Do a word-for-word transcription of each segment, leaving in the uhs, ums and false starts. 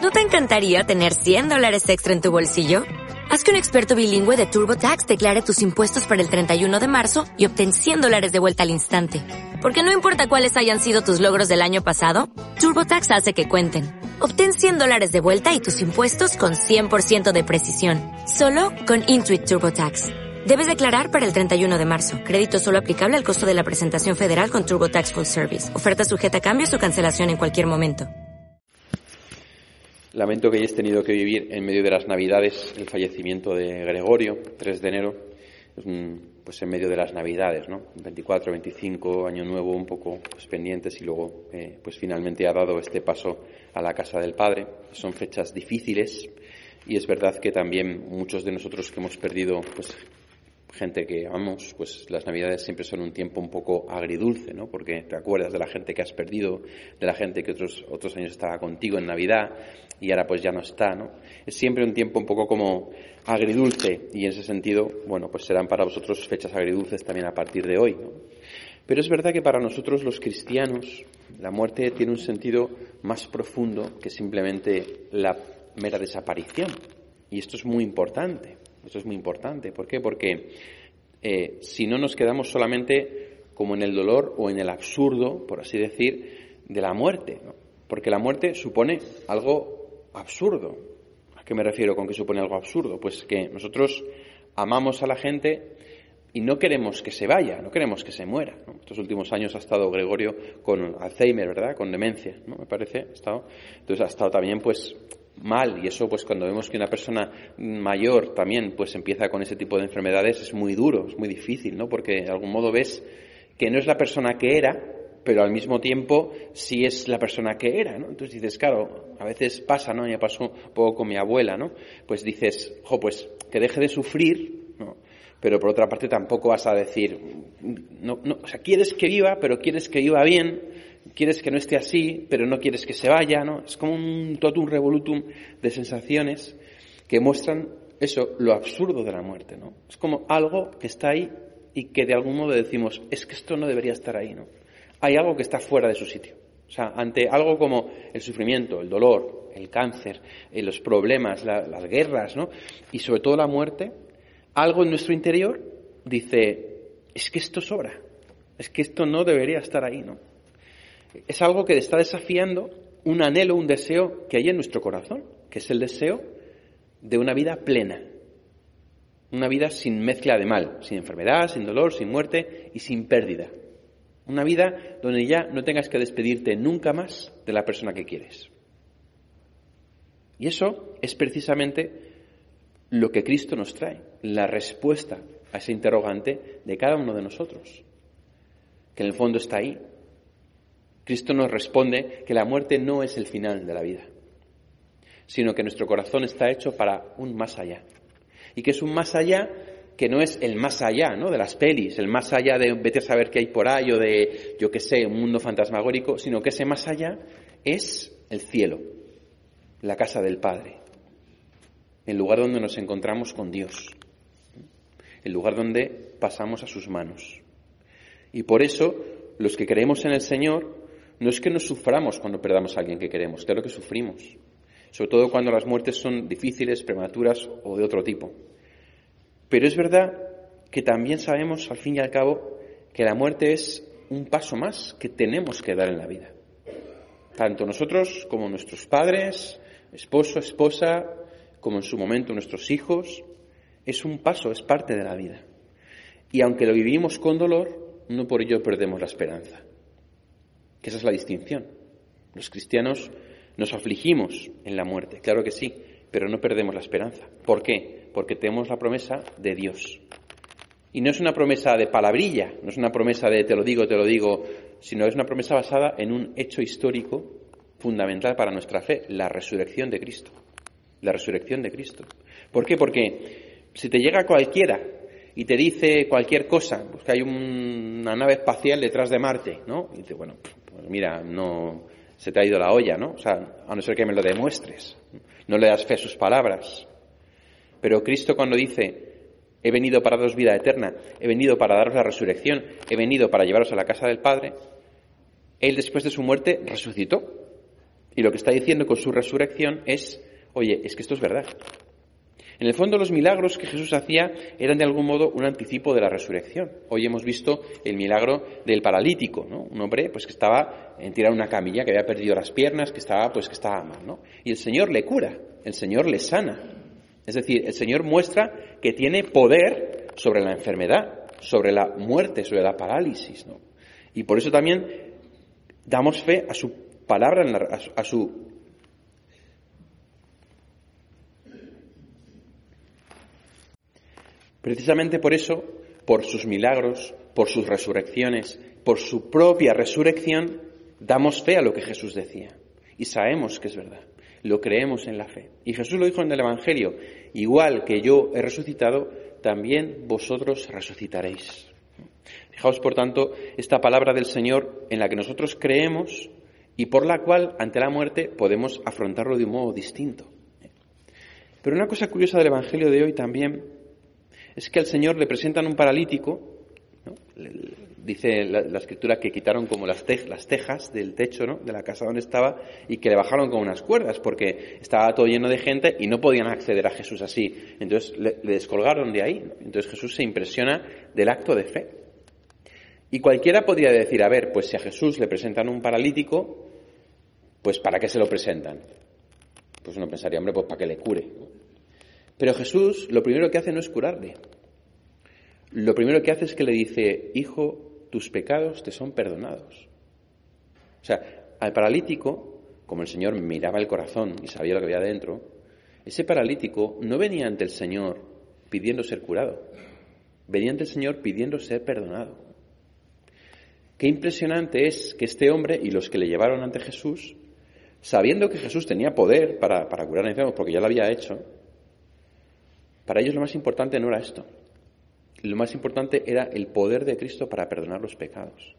¿No te encantaría tener cien dólares extra en tu bolsillo? Haz que un experto bilingüe de TurboTax declare tus impuestos para el treinta y uno de marzo y obtén cien dólares de vuelta al instante. Porque no importa cuáles hayan sido tus logros del año pasado, TurboTax hace que cuenten. Obtén cien dólares de vuelta y tus impuestos con cien por ciento de precisión. Solo con Intuit TurboTax. Debes declarar para el treinta y uno de marzo. Crédito solo aplicable al costo de la presentación federal con TurboTax Full Service. Oferta sujeta a cambios o cancelación en cualquier momento. Lamento que hayáis tenido que vivir en medio de las Navidades el fallecimiento de Gregorio, tres de enero, pues en medio de las Navidades, ¿no? veinticuatro, veinticinco, Año Nuevo, un poco pues, pendientes y luego eh, pues finalmente ha dado este paso a la casa del Padre. Son fechas difíciles y es verdad que también muchos de nosotros que hemos perdido pues gente que amamos, pues las Navidades siempre son un tiempo un poco agridulce, ¿no? Porque te acuerdas de la gente que has perdido, de la gente que otros otros años estaba contigo en Navidad y ahora pues ya no está, ¿no? Es siempre un tiempo un poco como agridulce y en ese sentido, bueno, pues serán para vosotros fechas agridulces también a partir de hoy, ¿no? Pero es verdad que para nosotros los cristianos la muerte tiene un sentido más profundo que simplemente la mera desaparición. Y esto es muy importante. Esto es muy importante. ¿Por qué? Porque eh, si no nos quedamos solamente como en el dolor o en el absurdo, por así decir, de la muerte, ¿no? Porque la muerte supone algo absurdo. ¿A qué me refiero con que supone algo absurdo? Pues que nosotros amamos a la gente y no queremos que se vaya, no queremos que se muera, ¿no? Estos últimos años ha estado Gregorio con Alzheimer, ¿verdad? Con demencia, ¿no? Me parece. Ha estado, entonces ha estado también, pues, mal, y eso pues cuando vemos que una persona mayor también pues empieza con ese tipo de enfermedades es muy duro, es muy difícil, ¿no? Porque de algún modo ves que no es la persona que era, pero al mismo tiempo sí es la persona que era, ¿no? Entonces dices, claro, a veces pasa, ¿no? Ya pasó un poco con mi abuela, ¿no? Pues dices, jo, pues que deje de sufrir, ¿no? Pero por otra parte tampoco vas a decir, no, no, o sea, quieres que viva, pero quieres que viva bien, quieres que no esté así, pero no quieres que se vaya, ¿no? Es como un totum revolutum de sensaciones que muestran eso, lo absurdo de la muerte, ¿no? Es como algo que está ahí y que de algún modo decimos, es que esto no debería estar ahí, ¿no? Hay algo que está fuera de su sitio. O sea, ante algo como el sufrimiento, el dolor, el cáncer, eh, los problemas, la, las guerras, ¿no? Y sobre todo la muerte, algo en nuestro interior dice, es que esto sobra, es que esto no debería estar ahí, ¿no? Es algo que está desafiando un anhelo, un deseo que hay en nuestro corazón, que es el deseo de una vida plena, una vida sin mezcla de mal, sin enfermedad, sin dolor, sin muerte y sin pérdida. Una vida donde ya no tengas que despedirte nunca más de la persona que quieres. Y eso es precisamente lo que Cristo nos trae, la respuesta a ese interrogante de cada uno de nosotros, que en el fondo está ahí. Cristo nos responde que la muerte no es el final de la vida, sino que nuestro corazón está hecho para un más allá. Y que es un más allá que no es el más allá, ¿no? De las pelis, el más allá de vete a saber qué hay por ahí o de, yo qué sé, un mundo fantasmagórico, sino que ese más allá es el cielo, la casa del Padre, el lugar donde nos encontramos con Dios, el lugar donde pasamos a sus manos. Y por eso, los que creemos en el Señor, no es que nos suframos cuando perdamos a alguien que queremos, claro que sufrimos, sobre todo cuando las muertes son difíciles, prematuras o de otro tipo. Pero es verdad que también sabemos, al fin y al cabo, que la muerte es un paso más que tenemos que dar en la vida. Tanto nosotros como nuestros padres, esposo, esposa, como en su momento nuestros hijos, es un paso, es parte de la vida. Y aunque lo vivimos con dolor, no por ello perdemos la esperanza. Que esa es la distinción. Los cristianos nos afligimos en la muerte, claro que sí, pero no perdemos la esperanza. ¿Por qué? Porque tenemos la promesa de Dios. Y no es una promesa de palabrilla, no es una promesa de te lo digo, te lo digo, sino es una promesa basada en un hecho histórico fundamental para nuestra fe, la resurrección de Cristo. La resurrección de Cristo. ¿Por qué? Porque si te llega cualquiera y te dice cualquier cosa, pues que hay un, una nave espacial detrás de Marte, ¿no? Y dices, bueno, pues mira, no se te ha ido la olla, ¿no? O sea, a no ser que me lo demuestres. No le das fe a sus palabras. Pero Cristo cuando dice, he venido para daros vida eterna, he venido para daros la resurrección, he venido para llevaros a la casa del Padre, Él después de su muerte resucitó. Y lo que está diciendo con su resurrección es, oye, es que esto es verdad. En el fondo, los milagros que Jesús hacía eran de algún modo un anticipo de la resurrección. Hoy hemos visto el milagro del paralítico, ¿no? Un hombre pues que estaba en tirar una camilla, que había perdido las piernas, que estaba pues que estaba mal, ¿no? Y el Señor le cura, el Señor le sana. Es decir, el Señor muestra que tiene poder sobre la enfermedad, sobre la muerte, sobre la parálisis, ¿no? Y por eso también damos fe a su palabra, en la, a, su, a su Precisamente por eso, por sus milagros, por sus resurrecciones, por su propia resurrección, damos fe a lo que Jesús decía. Y sabemos que es verdad. Lo creemos en la fe. Y Jesús lo dijo en el Evangelio, igual que yo he resucitado, también vosotros resucitaréis. Fijaos, por tanto, esta palabra del Señor en la que nosotros creemos y por la cual, ante la muerte, podemos afrontarlo de un modo distinto. Pero una cosa curiosa del Evangelio de hoy también es que al Señor le presentan un paralítico, ¿no? Dice la, la Escritura que quitaron como las, te, las tejas del techo, ¿no? De la casa donde estaba y que le bajaron con unas cuerdas porque estaba todo lleno de gente y no podían acceder a Jesús así. Entonces le, le descolgaron de ahí, ¿no? Entonces Jesús se impresiona del acto de fe. Y cualquiera podría decir, a ver, pues si a Jesús le presentan un paralítico, pues ¿para qué se lo presentan? Pues uno pensaría, hombre, pues para que le cure, ¿no? Pero Jesús lo primero que hace no es curarle. Lo primero que hace es que le dice, hijo, tus pecados te son perdonados. O sea, al paralítico, como el Señor miraba el corazón y sabía lo que había dentro, ese paralítico no venía ante el Señor pidiendo ser curado. Venía ante el Señor pidiendo ser perdonado. Qué impresionante es que este hombre y los que le llevaron ante Jesús, sabiendo que Jesús tenía poder para, para curar a enfermos, porque ya lo había hecho, para ellos lo más importante no era esto. Lo más importante era el poder de Cristo para perdonar los pecados.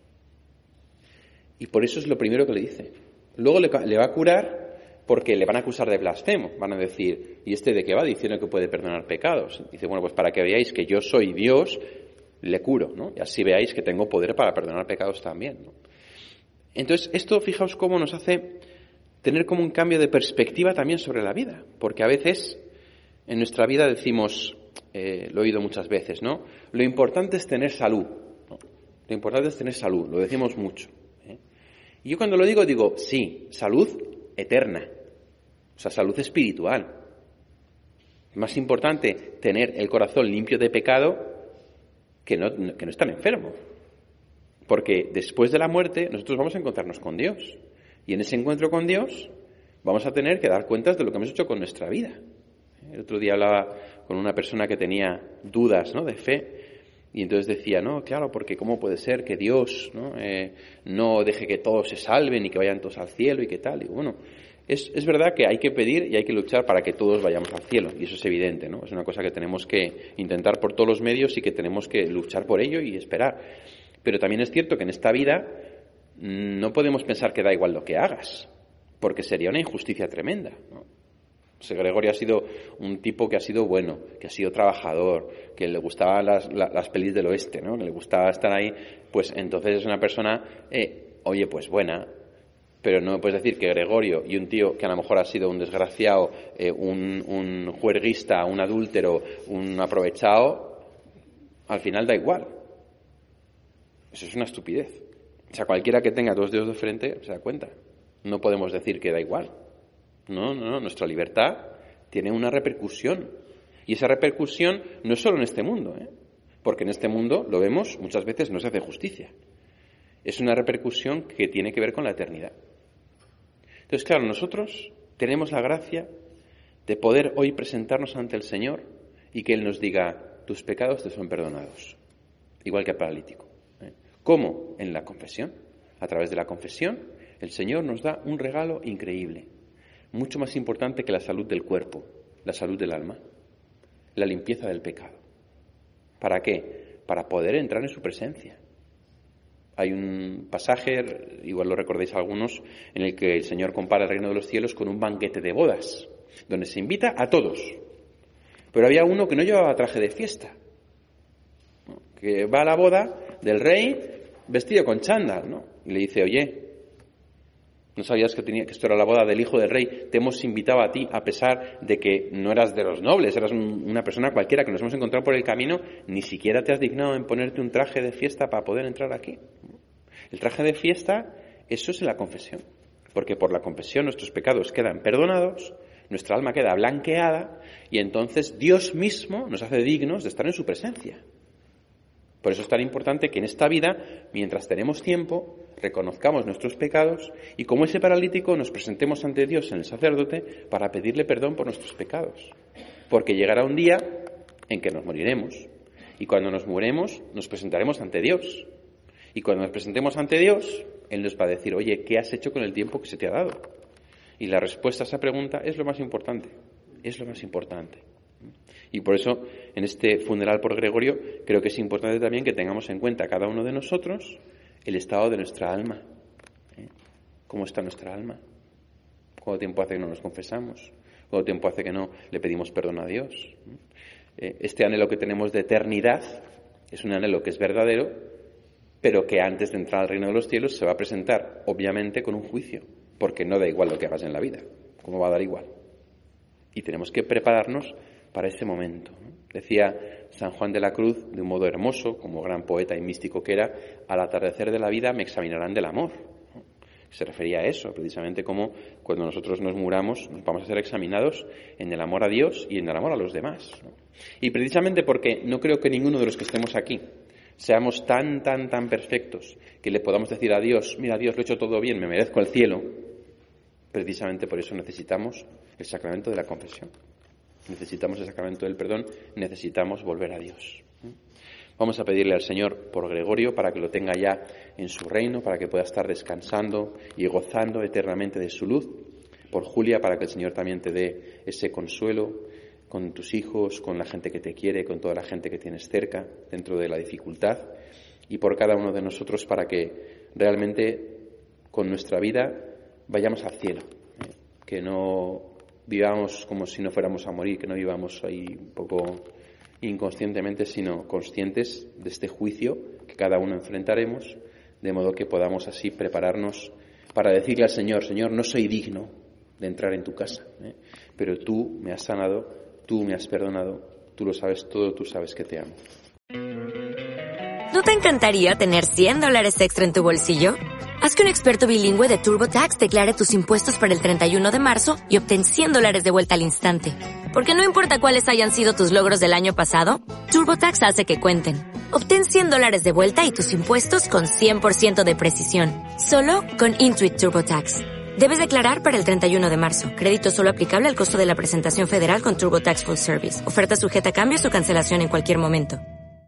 Y por eso es lo primero que le dice. Luego le, le va a curar porque le van a acusar de blasfemo. Van a decir, ¿y este de qué va diciendo que puede perdonar pecados? Dice, bueno, pues para que veáis que yo soy Dios, le curo, ¿no? Y así veáis que tengo poder para perdonar pecados también, ¿no? Entonces, esto, fijaos cómo nos hace tener como un cambio de perspectiva también sobre la vida. Porque a veces en nuestra vida decimos, eh, lo he oído muchas veces, ¿no? Lo importante es tener salud, ¿no? Lo importante es tener salud, lo decimos mucho, ¿eh? Y yo cuando lo digo, digo, sí, salud eterna, o sea, salud espiritual. Es más importante tener el corazón limpio de pecado que no, que no estar enfermo. Porque después de la muerte nosotros vamos a encontrarnos con Dios. Y en ese encuentro con Dios vamos a tener que dar cuentas de lo que hemos hecho con nuestra vida. El otro día hablaba con una persona que tenía dudas, ¿no?, de fe, y entonces decía, no, claro, porque ¿cómo puede ser que Dios, ¿no?, eh, no deje que todos se salven y que vayan todos al cielo y qué tal? Y bueno, es, es verdad que hay que pedir y hay que luchar para que todos vayamos al cielo, y eso es evidente, ¿no? Es una cosa que tenemos que intentar por todos los medios y que tenemos que luchar por ello y esperar. Pero también es cierto que en esta vida no podemos pensar que da igual lo que hagas, porque sería una injusticia tremenda, ¿no? Gregorio ha sido un tipo que ha sido bueno, que ha sido trabajador, que le gustaban las, las, las pelis del oeste, ¿no? Que le gustaba estar ahí, pues entonces es una persona, eh, oye, pues buena, pero no puedes decir que Gregorio y un tío que a lo mejor ha sido un desgraciado, eh, un, un juerguista, un adúltero, un aprovechado, al final da igual. Eso es una estupidez. O sea, cualquiera que tenga dos dedos de frente se da cuenta. No podemos decir que da igual. No, no, no, nuestra libertad tiene una repercusión. Y esa repercusión no es solo en este mundo, ¿eh? Porque en este mundo, lo vemos, muchas veces no se hace justicia. Es una repercusión que tiene que ver con la eternidad. Entonces, claro, nosotros tenemos la gracia de poder hoy presentarnos ante el Señor y que Él nos diga, tus pecados te son perdonados. Igual que al paralítico, ¿eh? ¿Cómo? En la confesión. A través de la confesión, el Señor nos da un regalo increíble. Mucho más importante que la salud del cuerpo, la salud del alma, la limpieza del pecado. ¿Para qué? Para poder entrar en su presencia. Hay un pasaje, igual lo recordáis algunos, en el que el Señor compara el reino de los cielos con un banquete de bodas, donde se invita a todos. Pero había uno que no llevaba traje de fiesta, ¿no?, que va a la boda del rey vestido con chándal, ¿no? Y le dice, oye, No sabías que, tenía, que esto era la boda del hijo del rey. Te hemos invitado a ti a pesar de que no eras de los nobles, eras un, una persona cualquiera que nos hemos encontrado por el camino. Ni siquiera te has dignado en ponerte un traje de fiesta para poder entrar aquí. El traje de fiesta, eso es en la confesión. Porque por la confesión nuestros pecados quedan perdonados, nuestra alma queda blanqueada y entonces Dios mismo nos hace dignos de estar en su presencia. Por eso es tan importante que en esta vida, mientras tenemos tiempo, reconozcamos nuestros pecados y como ese paralítico nos presentemos ante Dios en el sacerdote para pedirle perdón por nuestros pecados. Porque llegará un día en que nos moriremos y cuando nos muremos nos presentaremos ante Dios. Y cuando nos presentemos ante Dios, Él nos va a decir, oye, ¿qué has hecho con el tiempo que se te ha dado? Y la respuesta a esa pregunta es lo más importante, es lo más importante. Y por eso, en este funeral por Gregorio, creo que es importante también que tengamos en cuenta cada uno de nosotros el estado de nuestra alma. ¿Eh? ¿Cómo está nuestra alma? ¿Cuánto tiempo hace que no nos confesamos? ¿Cuánto tiempo hace que no le pedimos perdón a Dios? ¿Eh? Este anhelo que tenemos de eternidad es un anhelo que es verdadero, pero que antes de entrar al reino de los cielos se va a presentar, obviamente, con un juicio, porque no da igual lo que hagas en la vida. ¿Cómo va a dar igual? Y tenemos que prepararnos para ese momento. Decía San Juan de la Cruz, de un modo hermoso, como gran poeta y místico que era, al atardecer de la vida me examinarán del amor. Se refería a eso, precisamente como cuando nosotros nos muramos nos vamos a ser examinados en el amor a Dios y en el amor a los demás. Y precisamente porque no creo que ninguno de los que estemos aquí seamos tan, tan, tan perfectos que le podamos decir a Dios, mira Dios, lo he hecho todo bien, me merezco el cielo. Precisamente por eso necesitamos el sacramento de la confesión. Necesitamos el sacramento del perdón, necesitamos volver a Dios. Vamos a pedirle al Señor por Gregorio para que lo tenga ya en su reino, para que pueda estar descansando y gozando eternamente de su luz. Por Julia, para que el Señor también te dé ese consuelo con tus hijos, con la gente que te quiere, con toda la gente que tienes cerca, dentro de la dificultad. Y por cada uno de nosotros para que realmente con nuestra vida vayamos al cielo, ¿eh? Que no vivamos como si no fuéramos a morir, que no vivamos ahí un poco inconscientemente, sino conscientes de este juicio que cada uno enfrentaremos, de modo que podamos así prepararnos para decirle al Señor, Señor, no soy digno de entrar en tu casa, ¿eh? Pero tú me has sanado, tú me has perdonado, tú lo sabes todo, tú sabes que te amo. ¿No te encantaría tener cien dólares extra en tu bolsillo? Haz que un experto bilingüe de TurboTax declare tus impuestos para el treinta y uno de marzo y obtén cien dólares de vuelta al instante. Porque no importa cuáles hayan sido tus logros del año pasado, TurboTax hace que cuenten. Obtén cien dólares de vuelta y tus impuestos con cien por ciento de precisión. Solo con Intuit TurboTax. Debes declarar para el treinta y uno de marzo. Crédito solo aplicable al costo de la presentación federal con TurboTax Full Service. Oferta sujeta a cambios o cancelación en cualquier momento.